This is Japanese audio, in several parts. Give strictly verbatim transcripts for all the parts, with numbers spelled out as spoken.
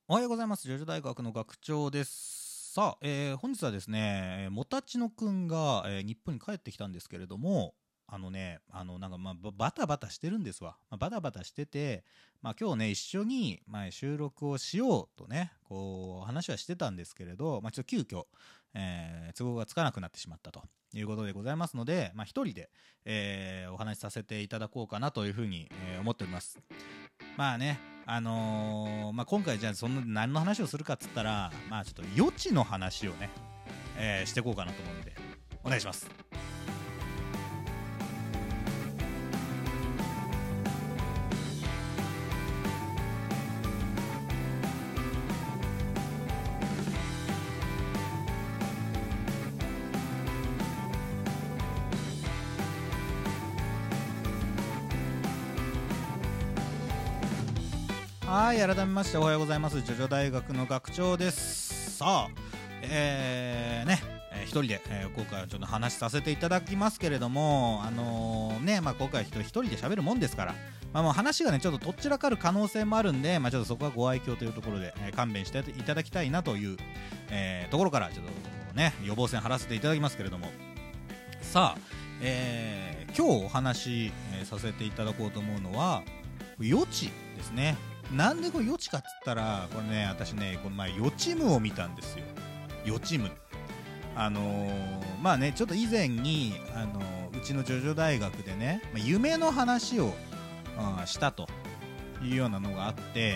おはようございます。ジョジョ大学の学長です。さあ、えー本日はですね、もたちのくんが、えー日本に帰ってきたんですけれども、あのね、あのなんかまあババタバタしてるんですわ。まあ、バタバタしてて、まあ、今日ね一緒に、まあ、収録をしようとね、こう話はしてたんですけれど、まあ、ちょっと急遽、えー都合がつかなくなってしまったということでございますので、まあ、一人で、えーお話しさせていただこうかなというふうに、えー思っております。まあね、あのーまあ、今回じゃあそんな何の話をするかっつったら、まあちょっと余地の話をね、えーしていこうかなと思うんで、お願いします。はい、改めましておはようございます。ジョジョ大学の学長です。さあ、えー、ね、えー一人で、えー今回はちょっと話させていただきますけれども、あのーね、まあ今回は一人で喋るもんですから、まあもう話がね、ちょっとどっちらかる可能性もあるんで、まあちょっとそこはご愛嬌というところで、えー勘弁していただきたいなという、えーところから、ちょっとね、予防線張らせていただきますけれども、さあ、えー今日お話、えーさせていただこうと思うのは、余地ですね。なんでこれ余地かっつったら、これね、私ね、この前予知夢を見たんですよ。予知夢。あのーまあね、ちょっと以前に、あのーうちのジョジョ大学でね、まあ夢の話を、うんしたというようなのがあって、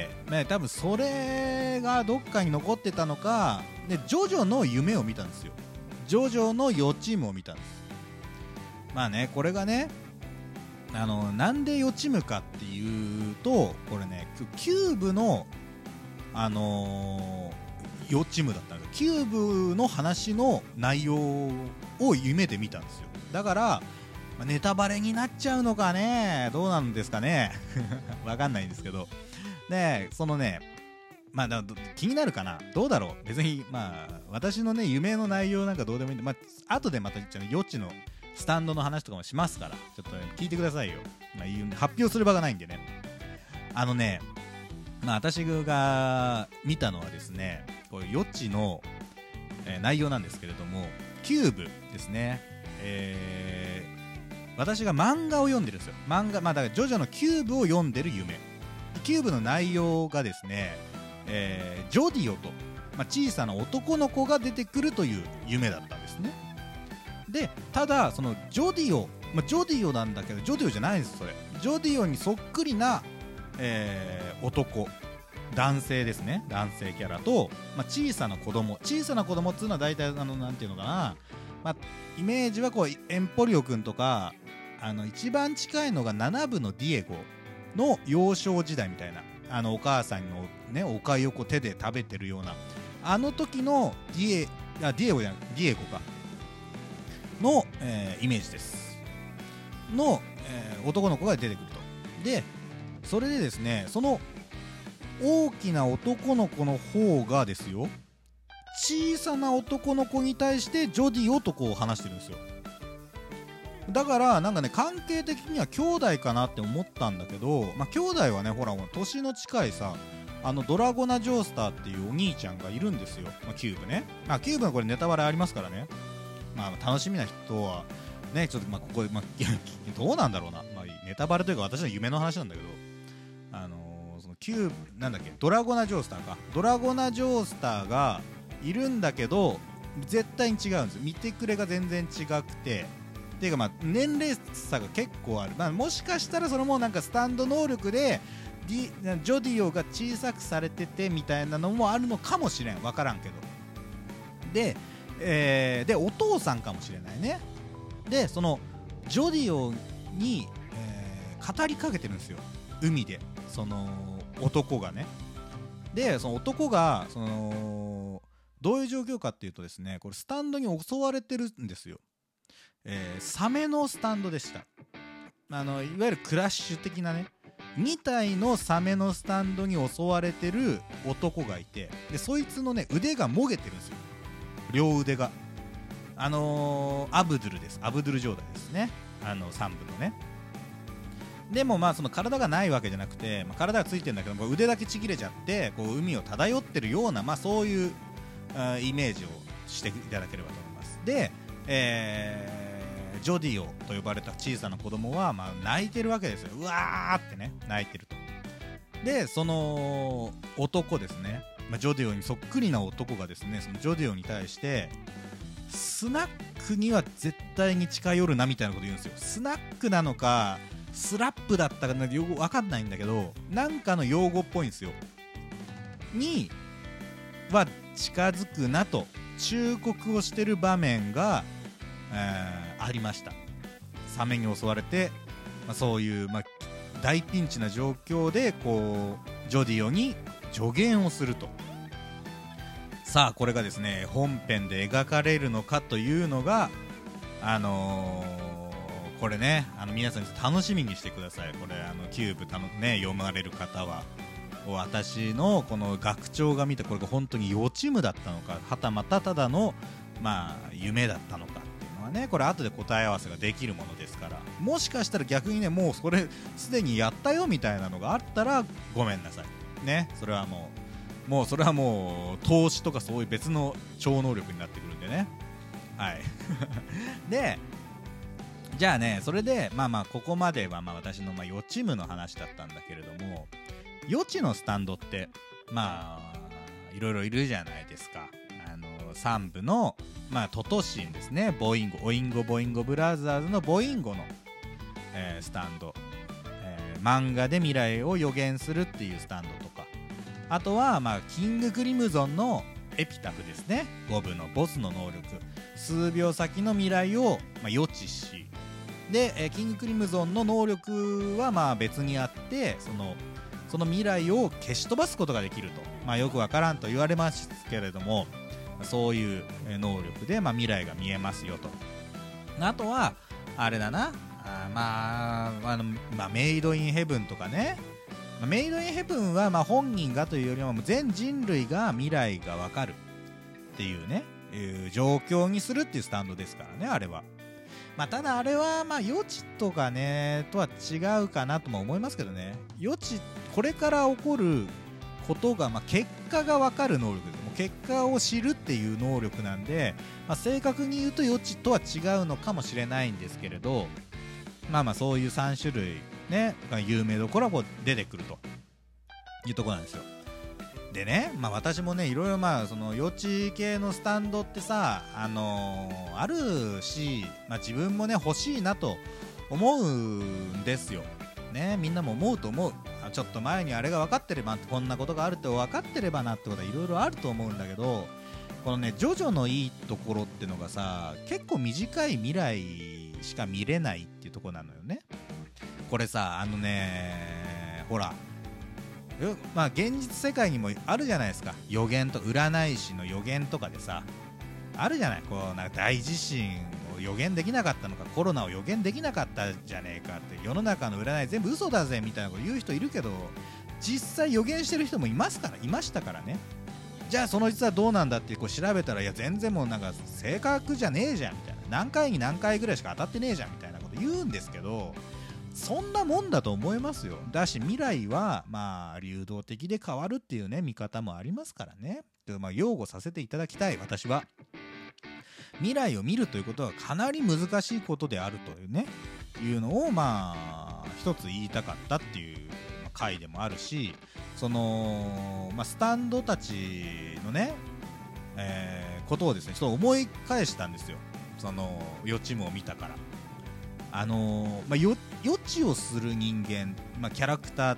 ね、多分それがどっかに残ってたのか、でジョジョの夢を見たんですよ。ジョジョの予知夢を見たんです。まあね、これがね、あのなんで予知夢かっていうと、これね、キューブの、あのー予知夢だったんですよ。キューブの話の内容を夢で見たんですよ。だから、まあネタバレになっちゃうのかね、どうなんですかねわかんないんですけど、でそのね、まあだ気になるかな、どうだろう、別にまあ私のね夢の内容なんかどうでもいいんで、まあ後でまたちょっと予知のスタンドの話とかもしますから、ちょっと、ね、聞いてくださいよ。まあ、言うんで発表する場がないんでね。あのね、まあ私が見たのはですね、こういう予知の、えー内容なんですけれども、キューブですね。えー私が漫画を読んでるんですよ。漫画、まあだからジョジョのキューブを読んでる夢。キューブの内容がですね、えージョディオと、まあ、小さな男の子が出てくるという夢だったんですね。でただそのジョディオ、まあ、ジョディオなんだけどジョディオじゃないんです。それジョディオにそっくりな、えー男、男性ですね、男性キャラと、まあ、小さな子供小さな子供っていうのは大体あのなんていうのかな、まあ、イメージはこうエンポリオくんとか、あの一番近いのがなな部のディエゴの幼少時代みたいな、あのお母さんのねお粥をこう手で食べてるようなあの時のディエあディエゴじゃないディエゴかの、えーイメージですの、えー男の子が出てくると。でそれでですね、その大きな男の子の方がですよ、小さな男の子に対してジョディオとこう話してるんですよ。だからなんかね、関係的には兄弟かなって思ったんだけど、まあ兄弟はね、ほら年の近いさ、あのドラゴナ・ジョースターっていうお兄ちゃんがいるんですよ、まあ、キューブね。まあキューブはこれネタバレありますからね、まあ楽しみな人はね、ちょっとまあここで、まあ、どうなんだろうな、まあ、ネタバレというか私の夢の話なんだけど、あのーそのキューブなんだっけ、ドラゴナ・ジョースターか、ドラゴナ・ジョースターがいるんだけど絶対に違うんですよ。見てくれが全然違くて、っていうかまあ年齢差が結構ある、まあ、もしかしたらそのもうなんかスタンド能力でディジョディオが小さくされててみたいなのもあるのかもしれん、分からんけど、で、えーでお父さんかもしれないね。でそのジョディオに、えー語りかけてるんですよ、海で、その男がね。でその男がそのどういう状況かっていうとですね、これスタンドに襲われてるんですよ。えーサメのスタンドでした。あのいわゆるクラッシュ的なね、にたいのサメのスタンドに襲われてる男がいて、でそいつのね腕がもげてるんですよ、両腕が。あのーアブドゥルです、アブドゥル状態ですね、あのさん部のね。 でもまあその体がないわけじゃなくて、まあ、体がついてるんだけども腕だけちぎれちゃってこう海を漂ってるような、まあ、そういうあイメージをしていただければと思います。で、えー、ジョディオと呼ばれた小さな子供はまあ泣いてるわけですよ。うわーってね泣いてると。でその男ですね、まあ、ジョディオにそっくりな男がですねそのジョディオに対してスナックには絶対に近寄るなみたいなこと言うんですよ。スナックなのかスラップだったかなよく分かんないんだけどなんかの用語っぽいんですよ。には近づくなと忠告をしてる場面が、えー、ありました。サメに襲われて、まあ、そういう、まあ、大ピンチな状況でこうジョディオに助言をすると。さあこれがですね本編で描かれるのかというのがあのー、これねあの皆さん楽しみにしてください。これあのキューブたの、ね、読まれる方は私のこの学長が見たこれが本当に予知夢だったのかはたまたただの、まあ、夢だったのかっていうのはねこれ後で答え合わせができるものですから、もしかしたら逆にねもうそれすでにやったよみたいなのがあったらごめんなさいね。それはもうもうそれはもう投資とかそういう別の超能力になってくるんでね。はいでじゃあねそれでまあまあここまではまあ私のまあ予知夢の話だったんだけれども、予知のスタンドってまあいろいろいるじゃないですか。あのさん部のまあトトシンですね、ボインゴオインゴボインゴブラザーズのボインゴの、えー、スタンド、えー、漫画で未来を予言するっていうスタンドとか、あとはまあキングクリムゾンのエピタフですね、ご部のボスの能力数秒先の未来をまあ予知しで、えー、キングクリムゾンの能力はまあ別にあってそのその未来を消し飛ばすことができると、まあ、よくわからんと言われますけれどもそういう能力で、まあ、未来が見えますよと。あとはあれだなあ、まああのまあ、メイドインヘブンとかね、まあ、メイドインヘブンはまあ本人がというよりも全人類が未来がわかるっていうねいう状況にするっていうスタンドですからねあれは。まあ、ただあれはまあ予知とかねとは違うかなとも思いますけどね。予知これから起こることが、まあ、結果が分かる能力です。もう結果を知るっていう能力なんで、まあ、正確に言うと予知とは違うのかもしれないんですけれど、まあまあそういうさん種類ね有名どころはこう出てくるというところなんですよ。でね、まあ、私もねいろいろまあその予知系のスタンドってさ、あのー、あるし、まあ、自分もね欲しいなと思うんですよ、ね、みんなも思うと思う。ちょっと前にあれが分かってればこんなことがあるって分かってればなってことはいろいろあると思うんだけど、このねジョジョのいいところってのがさ結構短い未来しか見れないっていうところなのよね。これさあのねほらまあ現実世界にもあるじゃないですか、予言と占い師の予言とかでさあるじゃない、こうなんか大地震を予言できなかったのかコロナを予言できなかったじゃねえかって世の中の占い全部嘘だぜみたいなこと言う人いるけど実際予言してる人もいますからいましたからね。じゃあその実はどうなんだってこう調べたらいや全然もうなんか正確じゃねえじゃんみたいな、何回に何回ぐらいしか当たってねえじゃんみたいなこと言うんですけど、そんなもんだと思いますよ。だし未来はまあ流動的で変わるっていうね見方もありますからね。で、まあ、擁護させていただきたい。私は未来を見るということはかなり難しいことであるというねいうのをまあ一つ言いたかったっていう回でもあるし、その、まあ、スタンドたちのね、えー、ことをですねちょっと思い返したんですよ。その予知夢を見たから。あのーまあ、予知をする人間、まあ、キャラクターって、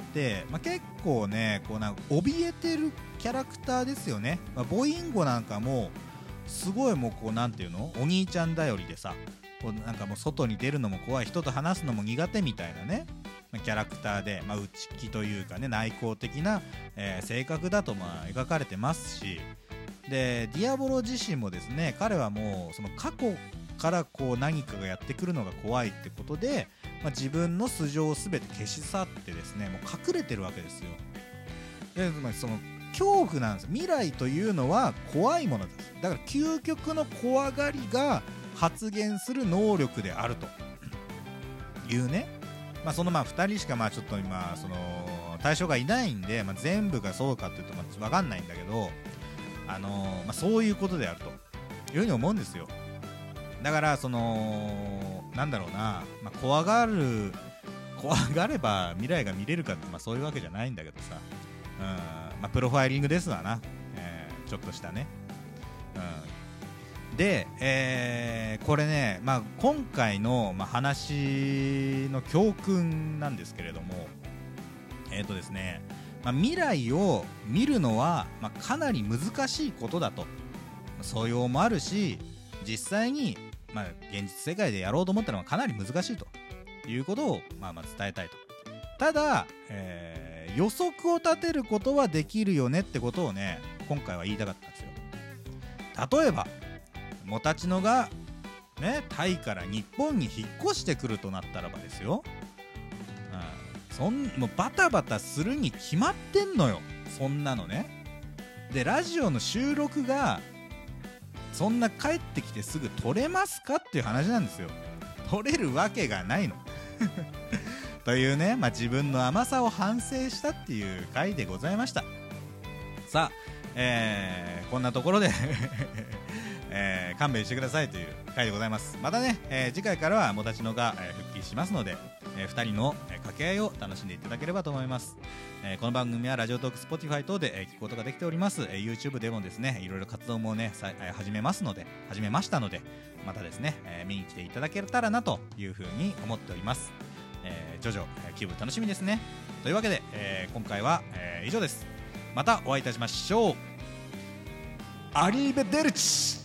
まあ、結構ねこうなんか怯えてるキャラクターですよね。まあ、ボインゴなんかもすごいもうこうなんていうのお兄ちゃん頼りでさこうなんかもう外に出るのも怖い人と話すのも苦手みたいなねキャラクターで、まあ、内気というかね内向的な、えー、性格だとまあ描かれてますし、でディアボロ自身もですね彼はもうその過去からこう何かがやってくるのが怖いってことで、まあ、自分の素性を全て消し去ってですねもう隠れてるわけですよ。で、まあ、その恐怖なんです。未来というのは怖いものです。だから究極の怖がりが発現する能力であるというね、 まあ、そのまあふたりしかまあちょっと今その対象がいないんで、まあ、全部がそうかっていうとまあ分かんないんだけど、あのーまあ、そういうことであるというふうに思うんですよ。だからそのなんだろうな、まあ、怖がる怖がれば未来が見れるかって、まあ、そういうわけじゃないんだけどさ、うん、まあ、プロファイリングですわな、えー、ちょっとしたね、うん、で、えー、これね、まあ、今回の、まあ、話の教訓なんですけれども、えーとですね、まあ、未来を見るのは、まあ、かなり難しいことだと、素養もあるし実際に、まあ、現実世界でやろうと思ったのはかなり難しいということを、まあ、まあ伝えたいと。ただ、えー、予測を立てることはできるよねってことをね今回は言いたかったんですよ。例えばモタチノが、ね、タイから日本に引っ越してくるとなったらばですよ、うん、そんもうバタバタするに決まってんのよ、そんなのね。でラジオの収録がそんな帰ってきてすぐ撮れますかっていう話なんですよ。撮れるわけがないのというね、まあ、自分の甘さを反省したっていう回でございました。さあ、えー、こんなところで、えー、勘弁してくださいという回でございます。またね、えー、次回からはモタチノが、えー、復帰しますので、えー、ふたりの、えー、掛け合いを楽しんでいただければと思います。えー、この番組はラジオトーク、Spotify 等で、えー、聞くことができております。えー、YouTube でもですねいろいろ活動もねさ、えー、始めますので始めましたのでまたですね、えー、見に来ていただけたらなというふうに思っております。えー、ジョジョ、えー、気分楽しみですね。というわけで、えー、今回は、えー、以上です。またお会いいたしましょう。アリーベデルチ。